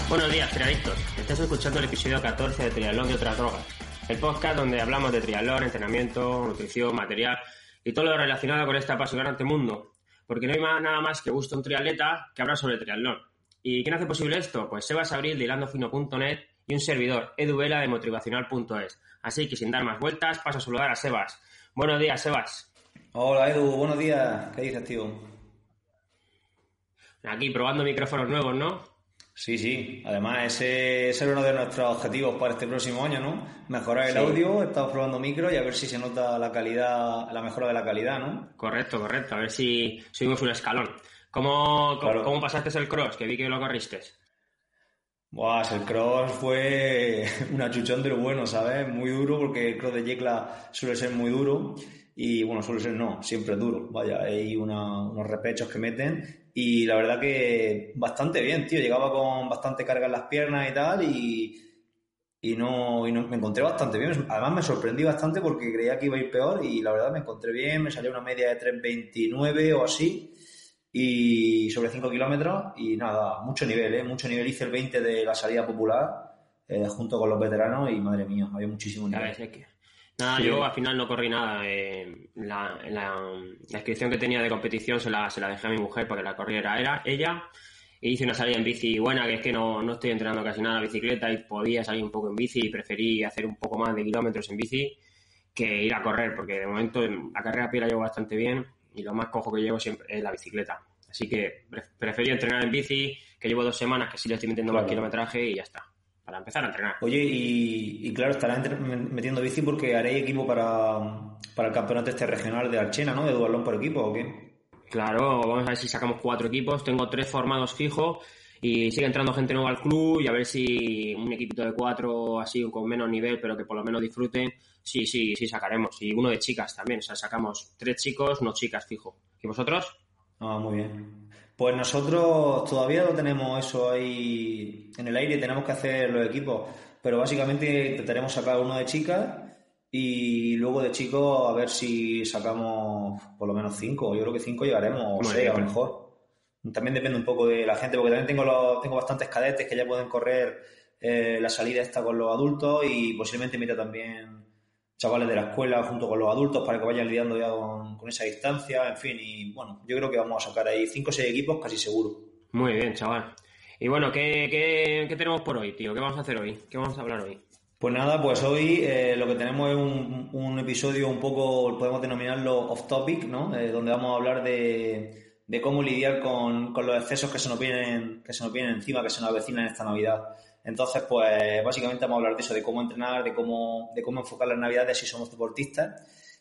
Buenos días, triadictos. Estás escuchando el episodio 14 de Triatlón y otras drogas, el podcast donde hablamos de triatlón, entrenamiento, nutrición, material y todo lo relacionado con este apasionante mundo. Porque no hay nada más que guste un triatleta que hablar sobre triatlón. ¿Y quién hace posible esto? Pues Sebas Abril de hilandofino.net y un servidor, Edu Vela de motivacional.es. Así que sin dar más vueltas, paso a saludar a Sebas. Buenos días, Sebas. Hola Edu, buenos días. ¿Qué dices, tío? Aquí probando micrófonos nuevos, ¿no? Sí. Además, ese es uno de nuestros objetivos para este próximo año, ¿no? Mejorar el audio, estamos probando micro y a ver si se nota la calidad, la mejora de la calidad, ¿no? Correcto. A ver si subimos un escalón. ¿Cómo pasaste el cross? Que vi que lo corriste. Buah, el cross fue un achuchón de lo bueno, ¿sabes? Muy duro porque el cross de Yecla suele ser muy duro y, bueno, siempre es duro. Vaya, hay unos repechos que meten y la verdad que bastante bien, tío. Llegaba con bastante carga en las piernas y tal y no me encontré bastante bien. Además me sorprendí bastante porque creía que iba a ir peor y la verdad me encontré bien. Me salió una media de 3:29 o así. Y sobre 5 kilómetros y nada, mucho nivel, mucho nivel. Hice el 20 de la salida popular junto con los veteranos y madre mía, había muchísimo nivel. Nada, sí. Yo al final no corrí nada. La inscripción que tenía de competición se la dejé a mi mujer porque la corriera era ella. E hice una salida en bici buena, que es que no estoy entrenando casi nada a bicicleta y podía salir un poco en bici y preferí hacer un poco más de kilómetros en bici que ir a correr, porque de momento la carrera a pie la llevo bastante bien y lo más cojo que llevo siempre es la bicicleta. Así que preferí entrenar en bici, que llevo 2 semanas que sí le estoy metiendo más kilometraje y ya está, para empezar a entrenar. Oye, y claro, estarás metiendo bici porque haréis equipo para el campeonato regional de Archena, ¿no? De duatlón por equipo, ¿o qué? Claro, vamos a ver si sacamos 4 equipos. Tengo 3 formados fijos y sigue entrando gente nueva al club y a ver si un equipito de 4 así con menos nivel, pero que por lo menos disfruten, sí sacaremos. Y uno de chicas también, o sea, sacamos 3 chicos, no chicas fijo. ¿Y vosotros? Ah, muy bien. Pues nosotros todavía lo tenemos eso ahí en el aire, tenemos que hacer los equipos, pero básicamente intentaremos sacar uno de chicas y luego de chicos a ver si sacamos por lo menos 5. Yo creo que 5 llegaremos, o 6 a lo mejor. También depende un poco de la gente, porque también tengo bastantes cadetes que ya pueden correr la salida esta con los adultos y posiblemente meta también chavales de la escuela junto con los adultos para que vayan lidiando ya con esa distancia, en fin, y bueno, yo creo que vamos a sacar ahí 5 o 6 equipos casi seguro. Muy bien, chaval. Y bueno, ¿qué tenemos por hoy, tío? ¿Qué vamos a hacer hoy? ¿Qué vamos a hablar hoy? Pues nada, pues hoy lo que tenemos es un episodio un poco, podemos denominarlo off topic, ¿no? Donde vamos a hablar de cómo lidiar con los excesos que se nos vienen encima, que se nos avecinan en esta Navidad. Entonces, pues básicamente vamos a hablar de eso, de cómo entrenar, de cómo enfocar las Navidades si somos deportistas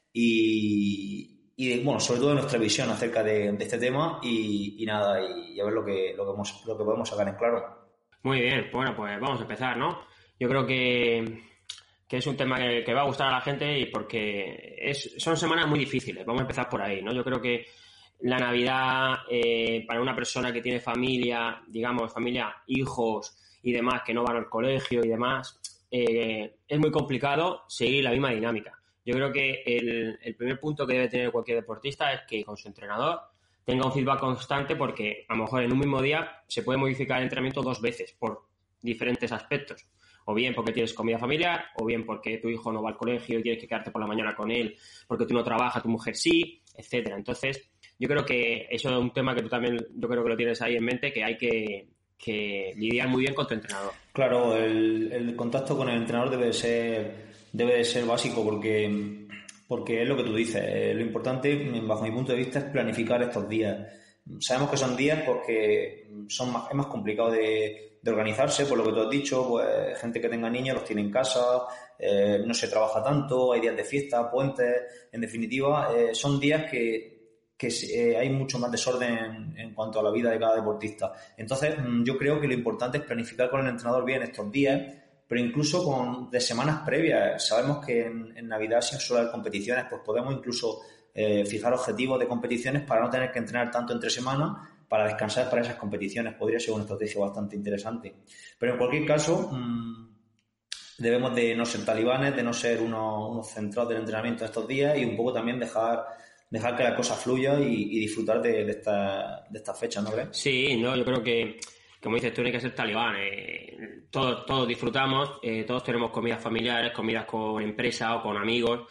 y bueno, sobre todo de nuestra visión acerca de este tema y nada, y a ver lo que podemos sacar en claro. Muy bien, bueno, pues vamos a empezar, ¿no? Yo creo que es un tema que va a gustar a la gente y porque son semanas muy difíciles. Vamos a empezar por ahí, ¿no? Yo creo que la Navidad para una persona que tiene familia, digamos, hijos y demás, que no van al colegio y demás, es muy complicado seguir la misma dinámica. Yo creo que el primer punto que debe tener cualquier deportista es que con su entrenador tenga un feedback constante porque a lo mejor en un mismo día se puede modificar el entrenamiento 2 veces por diferentes aspectos. O bien porque tienes comida familiar, o bien porque tu hijo no va al colegio y tienes que quedarte por la mañana con él porque tú no trabajas, tu mujer sí, etcétera. Entonces, yo creo que eso es un tema que tú también, yo creo que lo tienes ahí en mente, que hay que lidiar muy bien con tu entrenador. Claro, el contacto con el entrenador debe de ser básico porque es lo que tú dices. Lo importante, bajo mi punto de vista, es planificar estos días. Sabemos que son días porque es más complicado de organizarse, por lo que tú has dicho, pues gente que tenga niños los tiene en casa, no se trabaja tanto, hay días de fiesta, puentes, en definitiva, son días que hay mucho más desorden en cuanto a la vida de cada deportista. Entonces, yo creo que lo importante es planificar con el entrenador bien estos días, pero incluso de semanas previas. Sabemos que en Navidad, sin suele haber competiciones, pues podemos incluso fijar objetivos de competiciones para no tener que entrenar tanto entre semanas, para descansar para esas competiciones. Podría ser una estrategia bastante interesante. Pero en cualquier caso, debemos de no ser talibanes, de no ser unos centrados del entrenamiento estos días y un poco también dejar que la cosa fluya y disfrutar de esta fecha, ¿no crees? Sí, no, yo creo que como dices tú, no hay que ser talibán. Todos disfrutamos, todos tenemos comidas familiares, comidas con empresa o con amigos,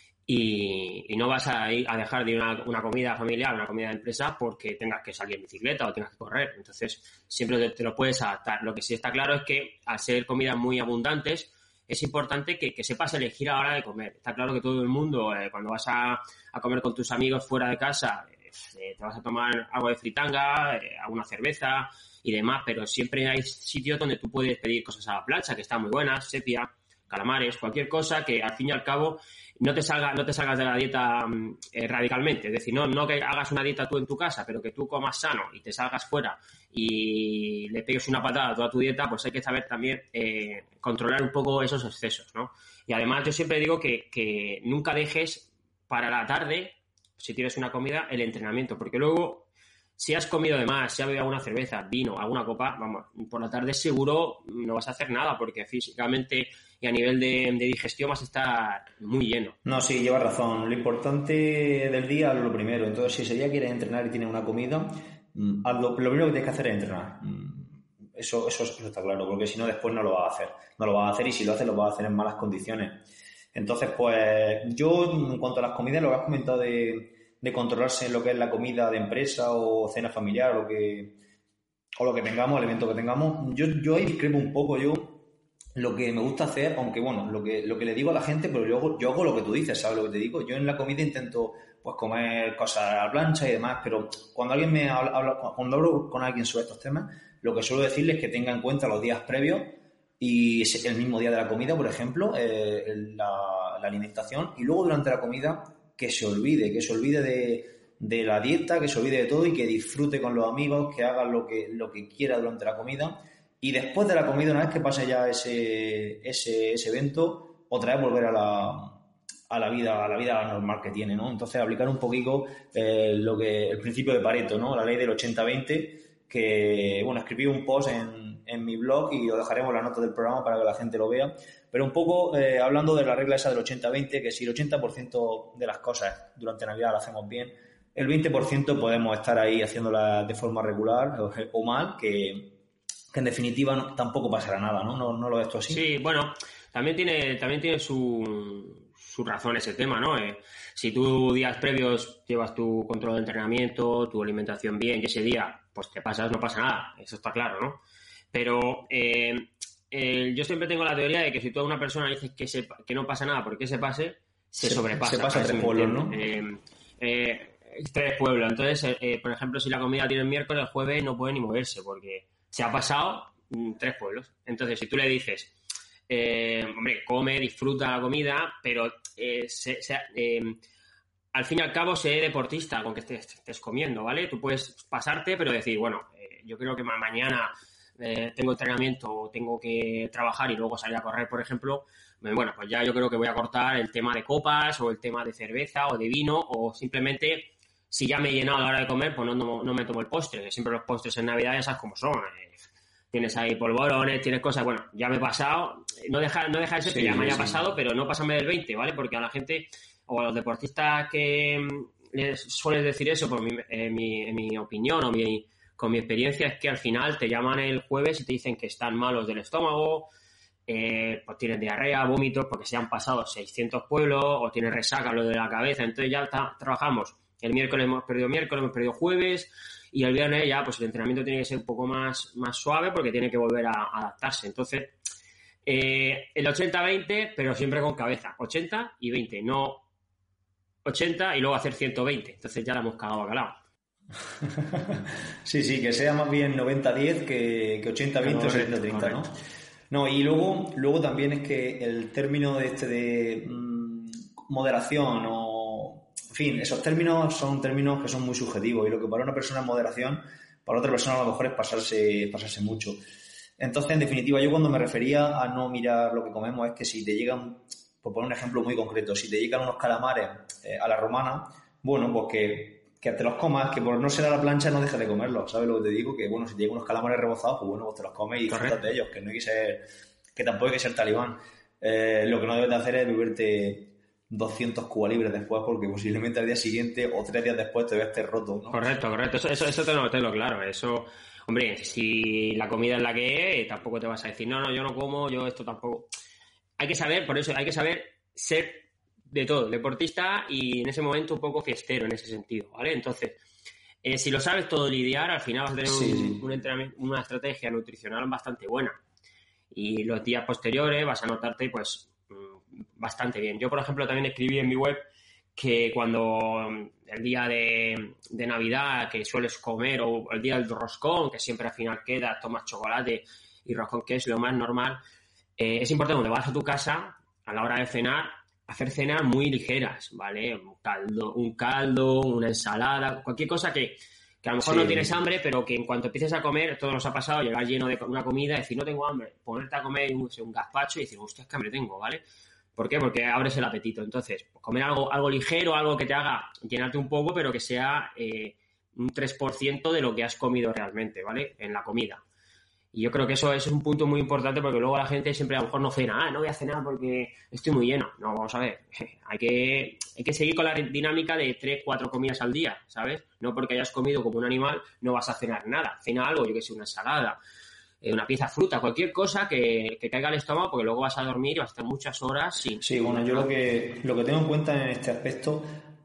y no vas a ir a dejar de ir a una comida familiar, una comida de empresa, porque tengas que salir en bicicleta o tengas que correr. Entonces, siempre te lo puedes adaptar. Lo que sí está claro es que, al ser comidas muy abundantes, es importante que sepas elegir a la hora de comer. Está claro que todo el mundo, cuando vas a comer con tus amigos fuera de casa, te vas a tomar algo de fritanga, alguna cerveza y demás, pero siempre hay sitios donde tú puedes pedir cosas a la plancha, que están muy buenas, sepia, calamares, cualquier cosa que al fin y al cabo no te salgas de la dieta radicalmente. Es decir, no que hagas una dieta tú en tu casa, pero que tú comas sano y te salgas fuera y le pegues una patada a toda tu dieta, pues hay que saber también controlar un poco esos excesos, ¿no? Y además yo siempre digo que nunca dejes para la tarde, si tienes una comida, el entrenamiento, porque luego, si has comido de más, si has bebido alguna cerveza, vino, alguna copa, vamos, por la tarde seguro no vas a hacer nada, porque físicamente y a nivel de digestión vas a estar muy lleno. No, sí, llevas razón. Lo importante del día es lo primero. Entonces, si ese día quieres entrenar y tienes una comida, lo primero que tienes que hacer es entrenar. Eso está claro, porque si no, después no lo vas a hacer. No lo vas a hacer, y si lo haces, lo vas a hacer en malas condiciones. Entonces, pues, yo, en cuanto a las comidas, lo que has comentado de controlarse en lo que es la comida de empresa o cena familiar o lo que tengamos, el evento que tengamos, yo ahí discrepo un poco. Yo lo que me gusta hacer, aunque bueno, lo que le digo a la gente, pero yo hago lo que tú dices, ¿sabes lo que te digo? Yo en la comida intento pues comer cosas a la plancha y demás, pero cuando alguien cuando hablo con alguien sobre estos temas, lo que suelo decirles es que tenga en cuenta los días previos y el mismo día de la comida, por ejemplo, la alimentación, y luego durante la comida que se olvide de la dieta, que se olvide de todo y que disfrute con los amigos, que haga lo que quiera durante la comida. Y después de la comida, una vez que pase ya ese evento, otra vez volver a la vida normal que tiene, ¿no? Entonces, aplicar un poquito el principio de Pareto, ¿no? La ley del 80-20, que, bueno, escribí un post en mi blog y lo dejaremos en la nota del programa para que la gente lo vea. Pero un poco hablando de la regla esa del 80-20, que si el 80% de las cosas durante Navidad las hacemos bien, el 20% podemos estar ahí haciéndolas de forma regular o mal, que en definitiva tampoco pasará nada, ¿no? ¿No lo ves tú así? Sí, bueno, también tiene su razón ese tema, ¿no? Si tú días previos llevas tu control de entrenamiento, tu alimentación bien, y ese día pues te pasas, no pasa nada, eso está claro, ¿no? Pero yo siempre tengo la teoría de que si tú a una persona le dices que no pasa nada porque se pase, se sobrepasa. Se pasa 3 pueblos, ¿no? 3 pueblos. Entonces, por ejemplo, si la comida tiene el miércoles, el jueves no puede ni moverse porque se ha pasado 3 pueblos. Entonces, si tú le dices, hombre, come, disfruta la comida, pero al fin y al cabo, sé deportista con que estés comiendo, ¿vale? Tú puedes pasarte, pero decir, bueno, yo creo que mañana tengo entrenamiento o tengo que trabajar y luego salir a correr, por ejemplo, bueno, pues ya yo creo que voy a cortar el tema de copas o el tema de cerveza o de vino, o simplemente, si ya me he llenado a la hora de comer, pues no me tomo el postre. Siempre los postres en Navidad ya sabes cómo son. Tienes ahí polvorones, tienes cosas, bueno, ya me he pasado. No deja de ser que ya me haya pasado, pero no pásame del 20, ¿vale? Porque a la gente o a los deportistas que les sueles decir eso, por en mi opinión o con mi experiencia, es que al final te llaman el jueves y te dicen que están malos del estómago, pues tienen diarrea, vómitos, porque se han pasado 600 pueblos, o tienen resaca, lo de la cabeza. Entonces ya trabajamos. El miércoles hemos perdido jueves, y el viernes ya pues el entrenamiento tiene que ser un poco más suave porque tiene que volver a adaptarse. Entonces, el 80-20, pero siempre con cabeza. 80 y 20, no 80 y luego hacer 120. Entonces ya la hemos cagado bacalao. Sí, que sea más bien 90-10 que 80-20 o 70-30, ¿no? No, y luego también es que el término de moderación o... En fin, esos términos son términos que son muy subjetivos, y lo que para una persona es moderación, para otra persona a lo mejor es pasarse mucho. Entonces, en definitiva, yo cuando me refería a no mirar lo que comemos es que si te llegan, por poner un ejemplo muy concreto, si te llegan unos calamares a la romana, bueno, pues que te los comas, que por no ser a la plancha no dejes de comerlos, ¿sabes lo que te digo? Que bueno, si te llegan unos calamares rebozados, pues bueno, pues te los comes y disfrutas de ellos, que tampoco hay que ser talibán. Lo que no debes de hacer es beberte 200 Cuba Libres después, porque posiblemente al día siguiente o 3 días después te veas roto, ¿no? Correcto. Eso tenlo claro. Eso, Hombre, si la comida es la que es, tampoco te vas a decir, no, yo no como, yo esto tampoco. Hay que saber, por eso, hay que saber ser de todo, deportista y en ese momento un poco fiestero en ese sentido, ¿vale? Entonces, si lo sabes todo lidiar, al final vas a tener un entrenamiento, una estrategia nutricional bastante buena. Y los días posteriores vas a notarte, pues, bastante bien. Yo, por ejemplo, también escribí en mi web que cuando el día de Navidad que sueles comer, o el día del roscón, que siempre al final queda, tomas chocolate y roscón, que es lo más normal, es importante cuando vas a tu casa, a la hora de cenar, hacer cenas muy ligeras, ¿vale? Un caldo, una ensalada, cualquier cosa que a lo mejor no tienes hambre, pero que en cuanto empieces a comer, todo nos ha pasado, llegar lleno de una comida, decir, no tengo hambre, ponerte a comer un gazpacho y decir, hostia, qué hambre tengo, ¿vale? ¿Por qué? Porque abres el apetito. Entonces, comer algo ligero, algo que te haga llenarte un poco, pero que sea un 3% de lo que has comido realmente, ¿vale? En la comida. Y yo creo que eso es un punto muy importante porque luego la gente siempre a lo mejor no cena, no voy a cenar porque estoy muy lleno. No, vamos a ver, hay que seguir con la dinámica de 3-4 comidas al día, ¿sabes? No porque hayas comido como un animal no vas a cenar nada. Cena algo, yo que sé, una ensalada, una pieza de fruta, cualquier cosa que caiga al estómago porque luego vas a dormir y vas a estar muchas horas sin... Sí, bueno, yo lo que tengo en cuenta en este aspecto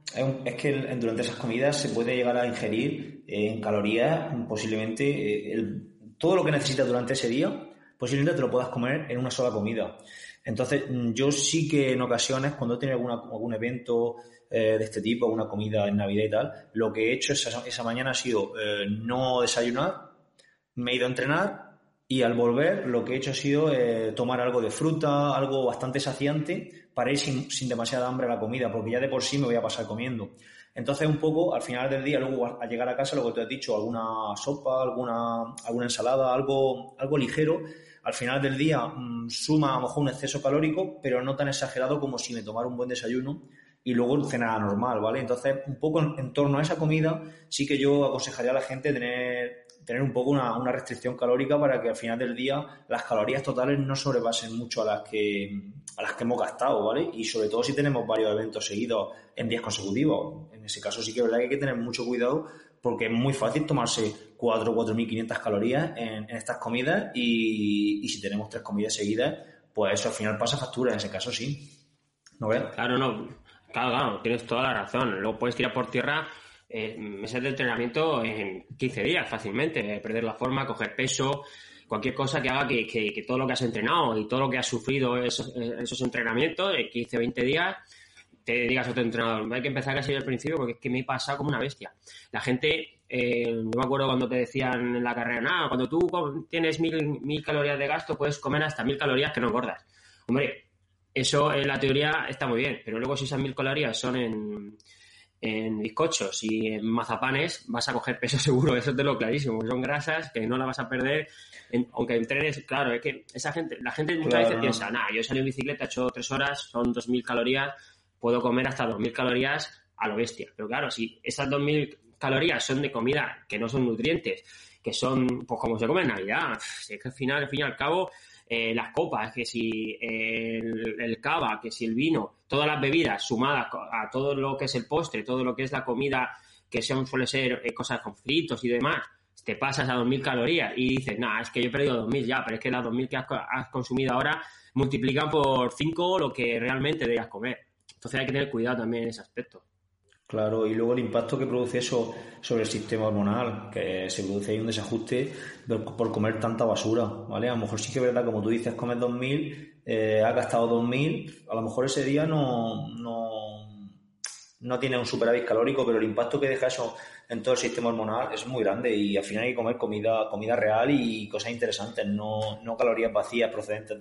es que durante esas comidas se puede llegar a ingerir en calorías posiblemente todo lo que necesitas durante ese día, posiblemente te lo puedas comer en una sola comida. Entonces, yo sí que en ocasiones, cuando he tenido algún evento de este tipo, alguna comida en Navidad y tal, lo que he hecho esa mañana ha sido no desayunar, me he ido a entrenar y al volver lo que he hecho ha sido tomar algo de fruta, algo bastante saciante para ir sin demasiada hambre a la comida, porque ya de por sí me voy a pasar comiendo. Entonces, un poco, al final del día, luego al llegar a casa, lo que te has dicho, alguna sopa, alguna ensalada, algo ligero, al final del día suma a lo mejor un exceso calórico, pero no tan exagerado como si me tomara un buen desayuno y luego cenara normal, ¿vale? Entonces, un poco en torno a esa comida, sí que yo aconsejaría a la gente tener un poco una restricción calórica para que al final del día las calorías totales no sobrepasen mucho a las que hemos gastado, ¿vale? Y sobre todo si tenemos varios eventos seguidos en días consecutivos. En ese caso sí que es verdad que hay que tener mucho cuidado porque es muy fácil tomarse 4.500 calorías en estas comidas y si tenemos 3 comidas seguidas, pues eso al final pasa factura, en ese caso sí. ¿No ves? Claro, no. Claro, tienes toda la razón. Luego puedes tirar por tierra meses de entrenamiento en 15 días fácilmente, perder la forma, coger peso, cualquier cosa que haga que todo lo que has entrenado y todo lo que has sufrido esos entrenamientos en 15 20 días, te digas a tu entrenador, hay que empezar casi al principio porque es que me he pasado como una bestia. La gente, no me acuerdo cuando te decían en la carrera, cuando tú tienes 1000 calorías de gasto puedes comer hasta 1000 calorías que no engordas. Hombre, eso en la teoría está muy bien, pero luego si esas 1000 calorías son en bizcochos y en mazapanes, vas a coger peso seguro, eso te lo clarísimo. Son grasas que no la vas a perder, aunque entrenes. Claro, es que la gente muchas veces piensa, yo salí en bicicleta, he hecho 3 horas, son 2000 calorías, puedo comer hasta 2000 calorías a lo bestia. Pero claro, si esas 2000 calorías son de comida que no son nutrientes, que son, pues como se come en Navidad, es que al fin y al cabo, las copas, que si el cava, que si el vino, todas las bebidas sumadas a todo lo que es el postre, todo lo que es la comida, que suele ser cosas con fritos y demás, te pasas a 2000 calorías y dices, es que yo he perdido 2000 ya, pero es que las 2000 que has consumido ahora multiplican por 5 lo que realmente debías comer. Entonces hay que tener cuidado también en ese aspecto. Claro, y luego el impacto que produce eso sobre el sistema hormonal, que se produce ahí un desajuste por comer tanta basura, ¿vale? A lo mejor sí que es verdad, como tú dices, comes 2000, has gastado 2000, a lo mejor ese día no tiene un superávit calórico, pero el impacto que deja eso en todo el sistema hormonal es muy grande y al final hay que comer comida real y cosas interesantes, no calorías vacías procedentes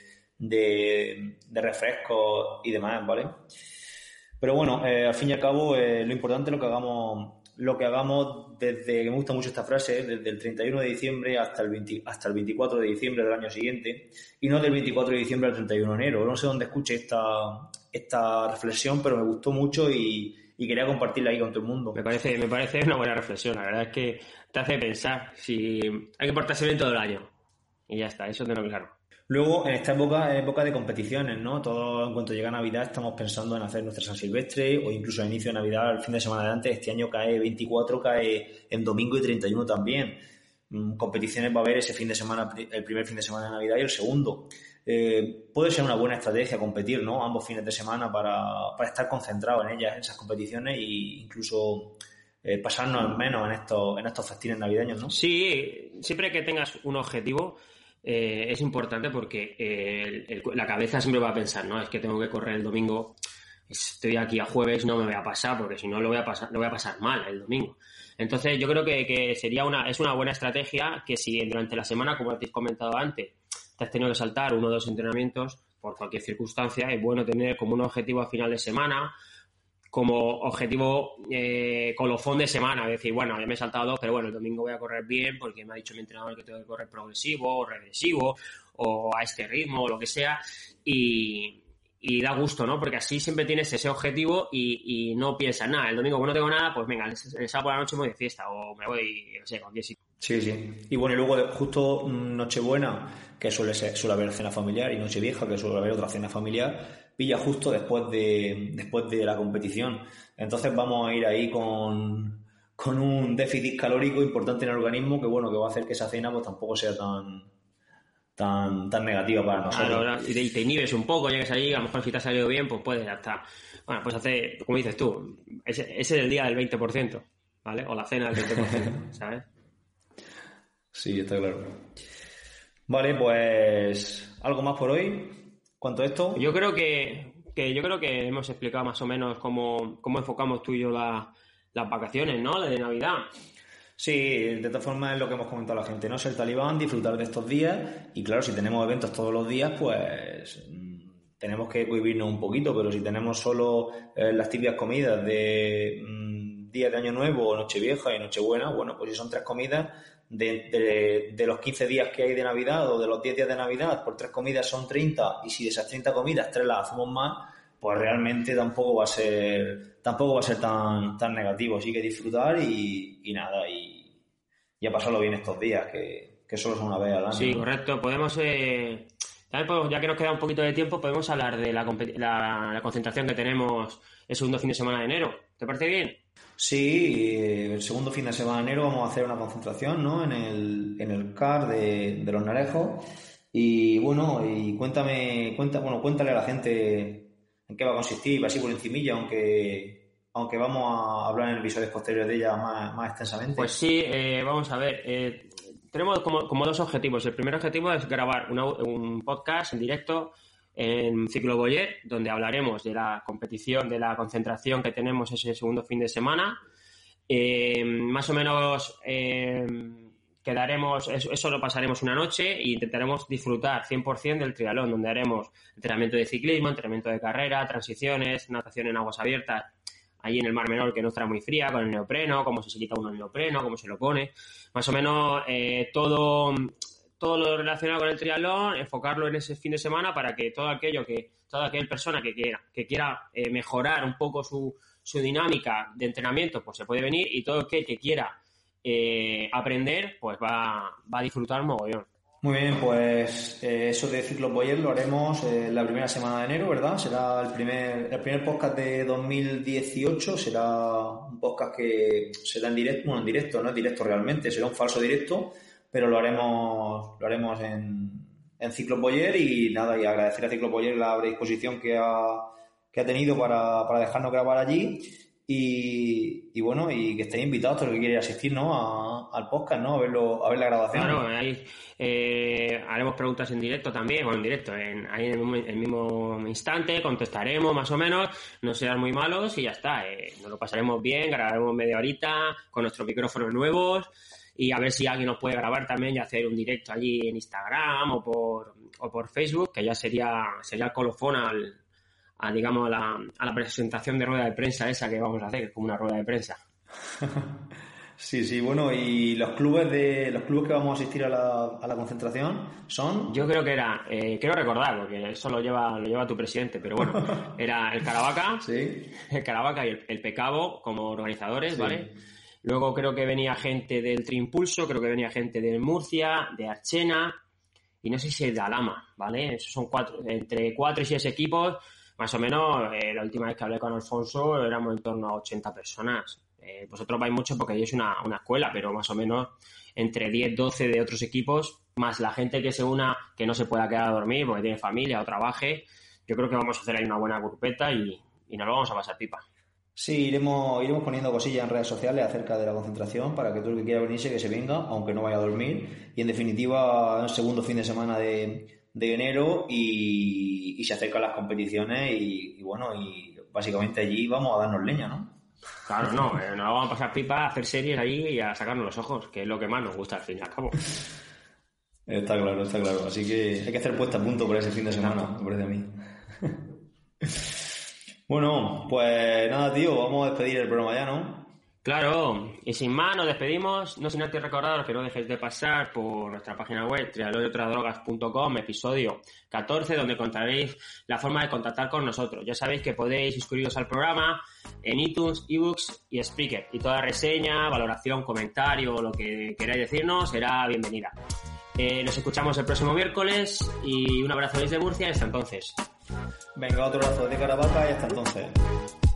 de refrescos y demás, ¿vale? Pero bueno, al fin y al cabo, lo importante es lo que hagamos desde, que me gusta mucho esta frase, desde el 31 de diciembre hasta el 24 de diciembre del año siguiente, y no del 24 de diciembre al 31 de enero. No sé dónde escuché esta reflexión, pero me gustó mucho y quería compartirla ahí con todo el mundo. Me parece una buena reflexión. La verdad es que te hace pensar si hay que portarse bien todo el año. Y ya está, eso tengo claro. Luego, en esta época de competiciones, ¿no? Todo en cuanto llega Navidad estamos pensando en hacer nuestra San Silvestre o incluso al inicio de Navidad, el fin de semana de antes. Este año cae 24, cae en domingo y 31 también. competiciones va a haber ese fin de semana, el primer fin de semana de Navidad y el segundo. Puede ser una buena estrategia competir, ¿no? Ambos fines de semana para estar concentrados en ellas, en esas competiciones, e incluso pasarnos menos en estos festines navideños, ¿no? Sí, siempre que tengas un objetivo es importante porque la cabeza siempre va a pensar, ¿no? Es que tengo que correr el domingo, estoy aquí a jueves, no me voy a pasar porque si no lo voy a pasar mal el domingo. Entonces yo creo que es una buena estrategia que si durante la semana, como te he comentado antes, te has tenido que saltar 1 o 2 entrenamientos por cualquier circunstancia, es bueno tener como un objetivo a final de semana, como objetivo colofón de semana, es decir, bueno, ya me he saltado 2, pero bueno, el domingo voy a correr bien porque me ha dicho mi entrenador que tengo que correr progresivo o regresivo o a este ritmo o lo que sea y da gusto, ¿no? Porque así siempre tienes ese objetivo y no piensas nada. El domingo, como no tengo nada, pues venga, el sábado por la noche me voy de fiesta o me voy, no sé, con 10 sitios. Sí, sí. Y bueno, y luego justo Nochebuena, que suele haber cena familiar, y Nochevieja, que suele haber otra cena familiar, pilla justo después de la competición. Entonces vamos a ir ahí con un déficit calórico importante en el organismo que bueno, que va a hacer que esa cena pues tampoco sea tan negativa para nosotros. Claro, y te inhibes un poco, llegas allí, a lo mejor si te ha salido bien, pues puedes ya está. Bueno, pues hace, como dices tú, ese es el día del 20%, ¿vale? O la cena del 20%, ¿sabes? Sí, está claro. Vale, pues algo más por hoy. ¿Cuánto a esto? Yo creo que hemos explicado más o menos cómo enfocamos tú y yo las vacaciones, ¿no? La de Navidad. Sí, de todas formas es lo que hemos comentado a la gente, no ser talibán, disfrutar de estos días y claro, si tenemos eventos todos los días, pues tenemos que cohibirnos un poquito, pero si tenemos solo las típicas comidas de días de Año Nuevo, o Nochevieja y Nochebuena, bueno, pues si son 3 comidas de los 15 días que hay de Navidad o de los 10 días de Navidad, por 3 comidas son 30 y si de esas 30 comidas 3 las hacemos más, pues realmente tampoco va a ser tan negativo. Así que disfrutar y nada, y a pasarlo bien estos días, que solo son una vez al año. Sí, ¿no? correcto. Podemos, también podemos, ya que nos queda un poquito de tiempo, podemos hablar de la concentración que tenemos el segundo fin de semana de enero. ¿Te parece bien? Sí, el segundo fin de semana de enero vamos a hacer una concentración, ¿no? En el CAR de Los Narejos. Y bueno, y cuéntale a la gente en qué va a consistir, así por encimilla, aunque vamos a hablar en episodios posteriores de ella más extensamente. Pues sí, vamos a ver. Tenemos como 2 objetivos. El primer objetivo es grabar un podcast en directo en Ciclo Boyer, donde hablaremos de la competición, de la concentración que tenemos ese segundo fin de semana. Más o menos quedaremos, eso lo pasaremos una noche e intentaremos disfrutar 100% del triatlón, donde haremos entrenamiento de ciclismo, entrenamiento de carrera, transiciones, natación en aguas abiertas, allí en el Mar Menor, que no estará muy fría, con el neopreno, cómo se quita uno el neopreno, cómo se lo pone. Más o menos todo lo relacionado con el triatlón, enfocarlo en ese fin de semana para que toda aquella persona que quiera mejorar un poco su dinámica de entrenamiento, pues se puede venir, y todo aquel que quiera aprender, pues va a disfrutar mogollón. Muy bien, pues eso de Ciclo Boyer lo haremos la primera semana de enero, ¿verdad? Será el primer podcast de 2018, será un podcast que será en directo, bueno, en directo, no es directo realmente, será un falso directo, pero lo haremos en Ciclo Boyer y nada, y agradecer a Ciclo Boyer la predisposición que ha tenido para dejarnos grabar allí. Y bueno, y que estéis invitados todos los que quieran asistir, ¿no? al podcast, ¿no? A ver la grabación. Claro, ahí haremos preguntas en directo también, bueno, en directo, ahí en el mismo instante, contestaremos más o menos, no serán muy malos y ya está. Nos lo pasaremos bien, grabaremos media horita con nuestros micrófonos nuevos y a ver si alguien nos puede grabar también y hacer un directo allí en Instagram o por Facebook, que ya sería el colofón digamos, a la presentación de rueda de prensa esa que vamos a hacer, como una rueda de prensa. Sí, bueno, y los clubes que vamos a asistir a la concentración son... Yo creo que era, quiero recordar, porque eso lo lleva tu presidente, pero bueno, era el Caravaca, sí. El Caravaca y el Pecabo como organizadores, sí. ¿vale? Luego creo que venía gente del Triimpulso, creo que venía gente de Murcia, de Archena, y no sé si es de Alhama, ¿vale? Esos son entre 4 y 6 equipos. Más o menos, la última vez que hablé con Alfonso éramos en torno a 80 personas. Vosotros vais mucho porque ahí es una escuela, pero más o menos entre 10, 12 de otros equipos, más la gente que se una, que no se pueda quedar a dormir porque tiene familia o trabaje. Yo creo que vamos a hacer ahí una buena grupeta y nos lo vamos a pasar pipa. Sí, iremos poniendo cosillas en redes sociales acerca de la concentración para que todo el que quiera venirse que se venga, aunque no vaya a dormir. Y en definitiva, el segundo fin de semana de enero y se acercan las competiciones y bueno, y básicamente allí vamos a darnos leña, ¿no? Claro, no, nos lo vamos a pasar pipa, a hacer series ahí y a sacarnos los ojos, que es lo que más nos gusta al fin y al cabo. Está claro. Así que hay que hacer puesta a punto por ese fin de semana, me parece a mí. Bueno, pues nada, tío, vamos a despedir el programa ya, ¿no? Claro, y sin más nos despedimos, no sin antes recordaros que no dejéis de pasar por nuestra página web triatloneotradrogas.com, episodio 14, donde encontraréis la forma de contactar con nosotros. Ya sabéis que podéis suscribiros al programa en iTunes, eBooks y Spreaker, y toda reseña, valoración, comentario o lo que queráis decirnos será bienvenida. Nos escuchamos el próximo miércoles y un abrazo desde Murcia y hasta entonces. Venga, otro abrazo de Caravaca y hasta entonces.